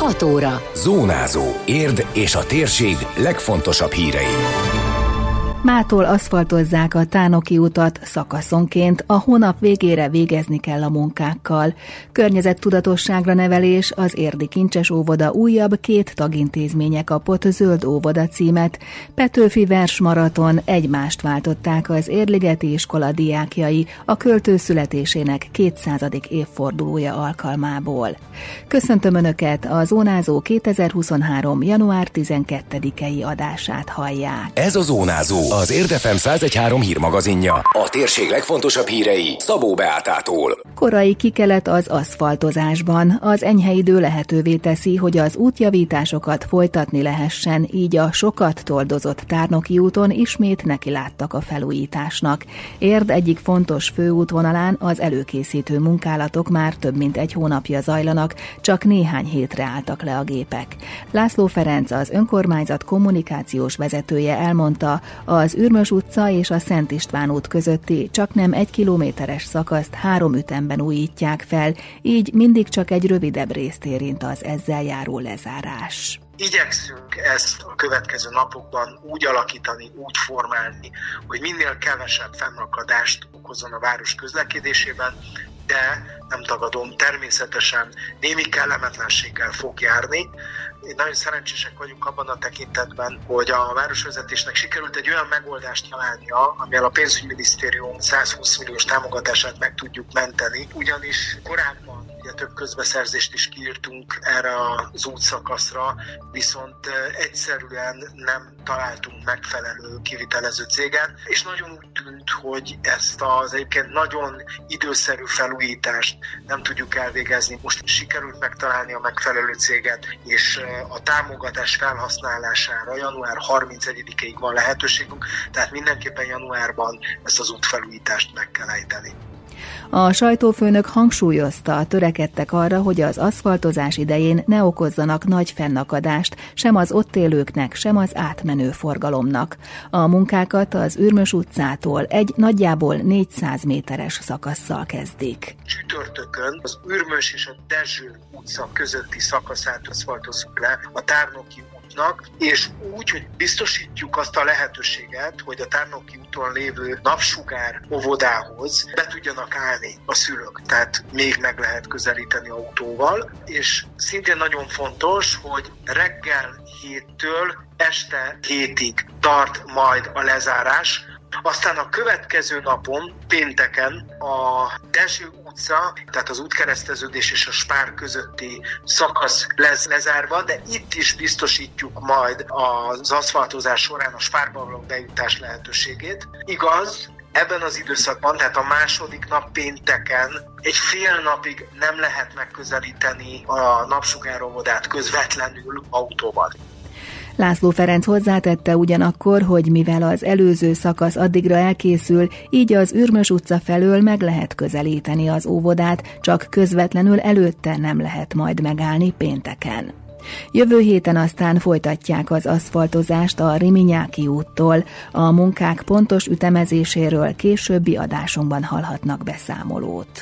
6 óra. Zónázó. Érd és a térség legfontosabb hírei. Mától aszfaltozzák a Tárnoki utat szakaszonként, a hónap végére végezni kell a munkákkal. Környezettudatosságra nevelés, az érdi Kincses óvoda újabb 2 tagintézménye kapott zöld óvoda címet. Petőfi versmaraton, egymást váltották az Érligeti iskola diákjai a költő születésének 200. évfordulója alkalmából. Köszöntöm Önöket, a Zónázó 2023. január 12-i adását hallják. Ez a Zónázó, az Érd FM 101.3 hírmagazinja. A térség legfontosabb hírei Szabó Beátától. Korai kikelet az aszfaltozásban. Az enyhe idő lehetővé teszi, hogy az útjavításokat folytatni lehessen, így a sokat toldozott Tárnoki úton ismét nekiláttak a felújításnak. Érd egyik fontos főútvonalán az előkészítő munkálatok már több mint 1 hónapja zajlanak, csak néhány hétre álltak le a gépek. László Ferenc, az önkormányzat kommunikációs vezetője elmondta, az Ürmös utca és a Szent István út közötti csaknem 1 kilométeres szakaszt 3 ütemben újítják fel, így mindig csak egy rövidebb részt érint az ezzel járó lezárás. Igyekszünk ezt a következő napokban úgy alakítani, úgy formálni, hogy minél kevesebb fennakadást okozzon a város közlekedésében, de nem tagadom, természetesen némi kellemetlenséggel fog járni. Nagyon szerencsések vagyunk abban a tekintetben, hogy a városvezetésnek sikerült egy olyan megoldást találnia, amivel a pénzügyminisztérium 120 milliós támogatását meg tudjuk menteni, ugyanis korábban ugye több közbeszerzést is kiírtunk erre az útszakaszra, viszont egyszerűen nem találtunk megfelelő kivitelező céget, és nagyon úgy tűnt, hogy ezt az egyébként nagyon időszerű felújítást nem tudjuk elvégezni. Most sikerült megtalálni a megfelelő céget, és a támogatás felhasználására január 31-ig van lehetőségünk, tehát mindenképpen januárban ezt az útfelújítást meg kell ejteni. A sajtófőnök hangsúlyozta, törekedtek arra, hogy az aszfaltozás idején ne okozzanak nagy fennakadást sem az ott élőknek, sem az átmenő forgalomnak. A munkákat az Ürmös utcától egy nagyjából 400 méteres szakasszal kezdik. Csütörtökön az Ürmös és a Dezső utca közötti szakaszát aszfaltozzuk le a Tárnoki útnak, és úgy, hogy biztosítjuk azt a lehetőséget, hogy a Tárnoki úton lévő Napsugár óvodához be tudjanak állni a szülők, tehát még meg lehet közelíteni autóval, és szintén nagyon fontos, hogy reggel 7-től este 7-ig tart majd a lezárás. Aztán a következő napon, pénteken a Dezső utca, tehát az útkereszteződés és a Spár közötti szakasz lesz lezárva, de itt is biztosítjuk majd az aszfaltozás során a Spárba való bejutás lehetőségét. Igaz, ebben az időszakban, tehát a második nap pénteken egy fél napig nem lehet megközelíteni a Napsugár óvodát közvetlenül autóval. László Ferenc hozzátette ugyanakkor, hogy mivel az előző szakasz addigra elkészül, így az Ürmös utca felől meg lehet közelíteni az óvodát, csak közvetlenül előtte nem lehet majd megállni pénteken. Jövő héten aztán folytatják az aszfaltozást a Riminyáki úttól. A munkák pontos ütemezéséről későbbi adásunkban hallhatnak beszámolót.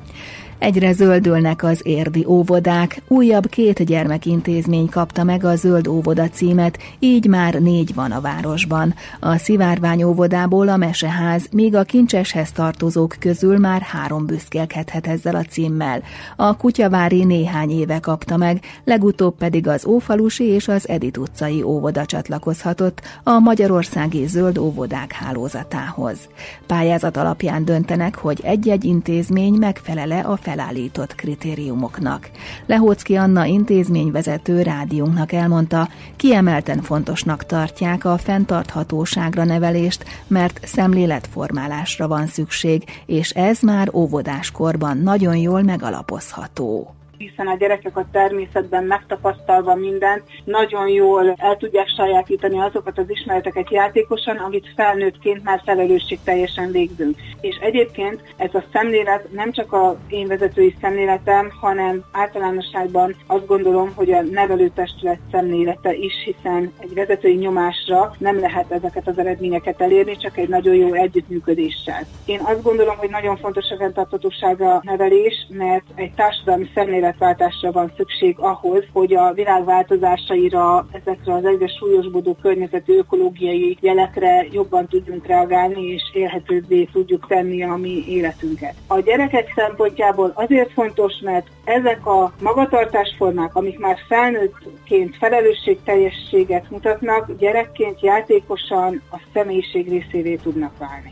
Egyre zöldülnek az érdi óvodák, újabb 2 gyermekintézmény kapta meg a zöld óvoda címet, így már 4 van a városban. A Szivárvány óvodából a Meseház, míg a Kincseshez tartozók közül már 3 büszkélkedhet ezzel a címmel. A Kutyavári néhány éve kapta meg, legutóbb pedig az Ófalusi és az Edith utcai óvoda csatlakozhatott a magyarországi zöld óvodák hálózatához. Pályázat alapján döntenek, hogy egy-egy intézmény megfelele a felállított kritériumoknak. Lehóczky Anna intézményvezető rádiónknak elmondta, kiemelten fontosnak tartják a fenntarthatóságra nevelést, mert szemléletformálásra van szükség, és ez már óvodáskorban nagyon jól megalapozható. Hiszen a gyerekek a természetben megtapasztalva mindent, nagyon jól el tudják sajátítani azokat az ismereteket játékosan, amit felnőttként már felelősségteljesen végzünk. És egyébként ez a szemlélet nem csak az én vezetői szemléletem, hanem általánosságban azt gondolom, hogy a nevelőtestület szemlélete is, hiszen egy vezetői nyomásra nem lehet ezeket az eredményeket elérni, csak egy nagyon jó együttműködéssel. Én azt gondolom, hogy nagyon fontos a fenntarthatóságra nevelés, mert egy társadalmi szemlélet szemléletváltásra van szükség ahhoz, hogy a világ változásaira, ezekre az egyre súlyosbodó környezeti ökológiai jelekre jobban tudjunk reagálni, és élhetőbbé tudjuk tenni a mi életünket. A gyerekek szempontjából azért fontos, mert ezek a magatartásformák, amik már felnőttként felelősségteljességet mutatnak, gyerekként játékosan a személyiség részévé tudnak válni.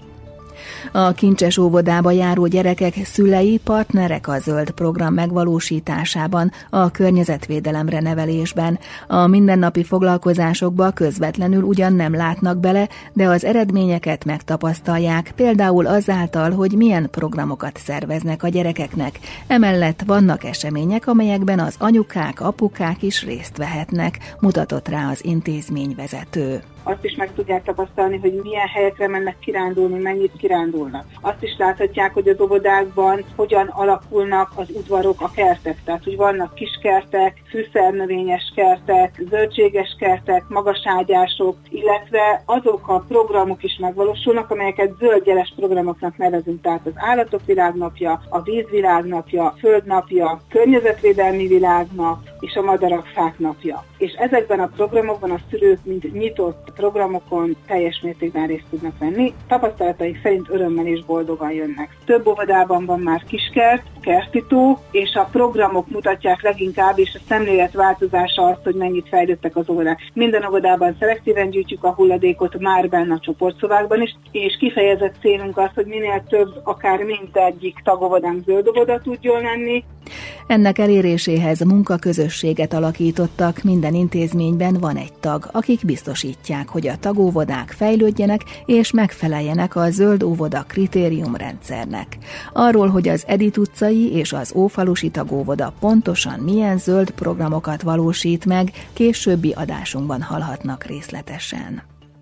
A Kincses óvodába járó gyerekek szülei partnerek a zöld program megvalósításában, a környezetvédelemre nevelésben. A mindennapi foglalkozásokba közvetlenül ugyan nem látnak bele, de az eredményeket megtapasztalják, például azáltal, hogy milyen programokat szerveznek a gyerekeknek. Emellett vannak események, amelyekben az anyukák, apukák is részt vehetnek, mutatott rá az intézményvezető. Azt is meg tudják tapasztalni, hogy milyen helyekre mennek kirándulni, mennyit kirándulnak. Azt is láthatják, hogy az óvodákban hogyan alakulnak az udvarok, a kertek. Tehát, hogy vannak kiskertek, fűszernövényes kertek, zöldséges kertek, magaságyások, illetve azok a programok is megvalósulnak, amelyeket zöldjeles programoknak nevezünk. Tehát az Állatok Világnapja, a Vízvilágnapja, a Földnapja, Környezetvédelmi Világnap és a Madarak Fák Napja. És ezekben a programokban a szülők, mint nyitott programokon teljes mértékben részt tudnak venni. Tapasztalataik szerint örömmel és boldogan jönnek. Több óvodában van már kiskert, kertító, és a programok mutatják leginkább, és a szemlélet változása azt, hogy mennyit fejlődtek az óvodák. Minden óvodában szelektíven gyűjtjük a hulladékot, már benne a csoportszobákban is, és kifejezett célunk az, hogy minél több, akár mindegyik tagóvodánk zöld óvoda tudjon lenni. Ennek eléréséhez munkaközösséget alakítottak, minden intézményben van egy tag, akik biztosítják, hogy a tagóvodák fejlődjenek és megfeleljenek a zöld óvoda kritériumrendszernek. Arról, hogy az Edith utcai és az Ófalusi tagóvoda pontosan milyen zöld programokat valósít meg, későbbi adásunkban hallhatnak részletesen.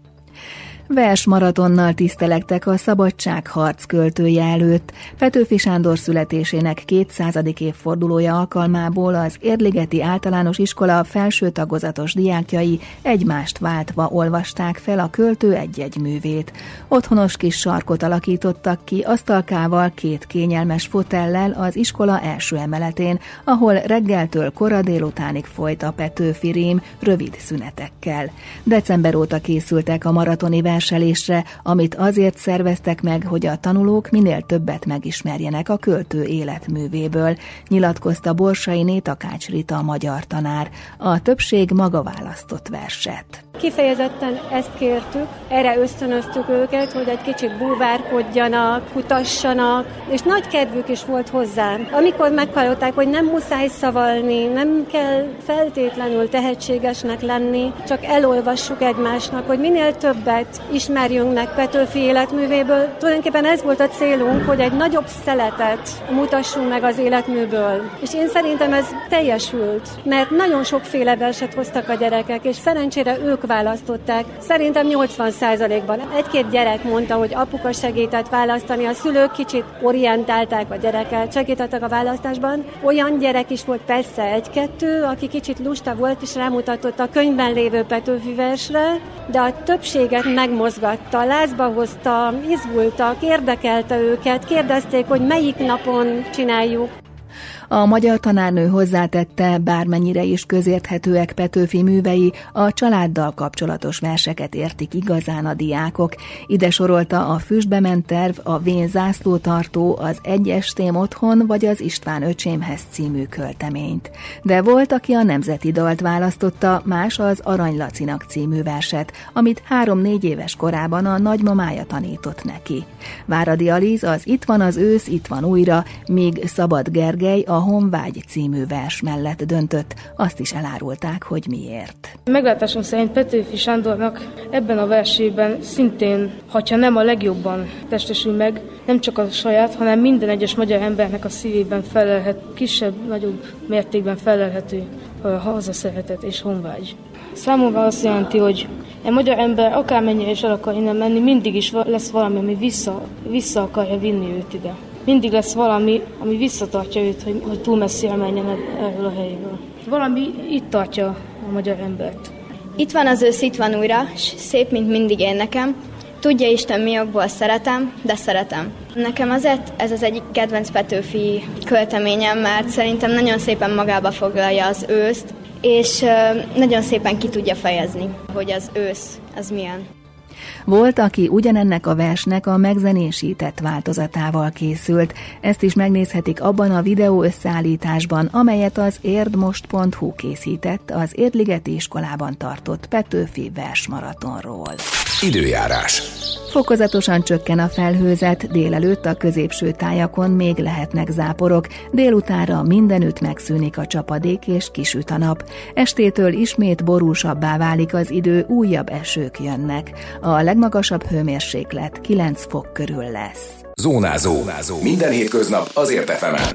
Versmaratonnal tisztelegtek a szabadságharc költője előtt. Petőfi Sándor születésének 200. évfordulója alkalmából az Érligeti Általános Iskola felső tagozatos diákjai egymást váltva olvasták fel a költő egy-egy művét. Otthonos kis sarkot alakítottak ki asztalkával, 2 kényelmes fotellel az iskola első emeletén, ahol reggeltől kora délutánig folyt a Petőfi rím rövid szünetekkel. December óta készültek a maratoni verselésre, amit azért szerveztek meg, hogy a tanulók minél többet megismerjenek a költő életművéből, nyilatkozta Borsainé Takács Rita magyar tanár. A többség maga választott verset. Kifejezetten ezt kértük, erre ösztönöztük őket, hogy egy kicsit búvárkodjanak, kutassanak, és nagy kedvük is volt hozzá. Amikor meghallották, hogy nem muszáj szavalni, nem kell feltétlenül tehetségesnek lenni, csak elolvassuk egymásnak, hogy minél többet ismerjünk meg Petőfi életművéből. Tulajdonképpen ez volt a célunk, hogy egy nagyobb szeletet mutassunk meg az életműből. És én szerintem ez teljesült, mert nagyon sokféle verset hoztak a gyerekek, és szerencsére ők választották. Szerintem 80%-ban. 1-2 gyerek mondta, hogy apuka segített választani, a szülők kicsit orientálták a gyereket, segítettek a választásban. Olyan gyerek is volt persze 1-2, aki kicsit lusta volt, és rámutatott a könyvben lévő Petőfi versre, de a többséget megmozgatta, lázba hozta, izgultak, érdekelte őket, kérdezték, hogy melyik napon csináljuk. A magyar tanárnő hozzátette, bármennyire is közérthetőek Petőfi művei, a családdal kapcsolatos verseket értik igazán a diákok. Ide sorolta a Füstbe ment terv, a Vén zászlótartó, az Egy estém otthon vagy az István öcsémhez című költeményt. De volt, aki a nemzeti dalt választotta, más az Arany Lacinak című verset, amit 3-4 éves korában a nagymamája tanított neki. Váradi Aliz az Itt van az ősz, itt van újra, míg Szabad Gergely a Honvágy című vers mellett döntött, azt is elárulták, hogy miért. Meglátásom szerint Petőfi Sándornak ebben a versében szintén, hogyha nem a legjobban testesül meg, nem csak a saját, hanem minden egyes magyar embernek a szívében kisebb-nagyobb mértékben felelhető hazaszeretet és honvágy. Számomra azt jelenti, hogy egy magyar ember akármennyire is el akar innen menni, mindig is lesz valami, ami vissza akarja vinni őt ide. Mindig lesz valami, ami visszatartja őt, hogy túl messzire menjen erről a helyről. Valami itt tartja a magyar embert. Itt van az ősz, itt van újra, s szép, mint mindig én nekem. Tudja Isten, mi okból szeretem, de szeretem. Nekem azért ez az egyik kedvenc Petőfi költeményem, mert szerintem nagyon szépen magába foglalja az őszt, és nagyon szépen ki tudja fejezni, hogy az ősz az milyen. Volt, aki ugyanennek a versnek a megzenésített változatával készült. Ezt is megnézhetik abban a videó összeállításban, amelyet az érdmost.hu készített az Érdligeti iskolában tartott Petőfi versmaratonról. Időjárás. Fokozatosan csökken a felhőzet, délelőtt a középső tájakon még lehetnek záporok, délutánra mindenütt megszűnik a csapadék és kisüt a nap. Estétől ismét borúsabbá válik az idő, újabb esők jönnek. A legmagasabb hőmérséklet 9 fok körül lesz. Zónázó. Minden hétköznap az Érd FM-en.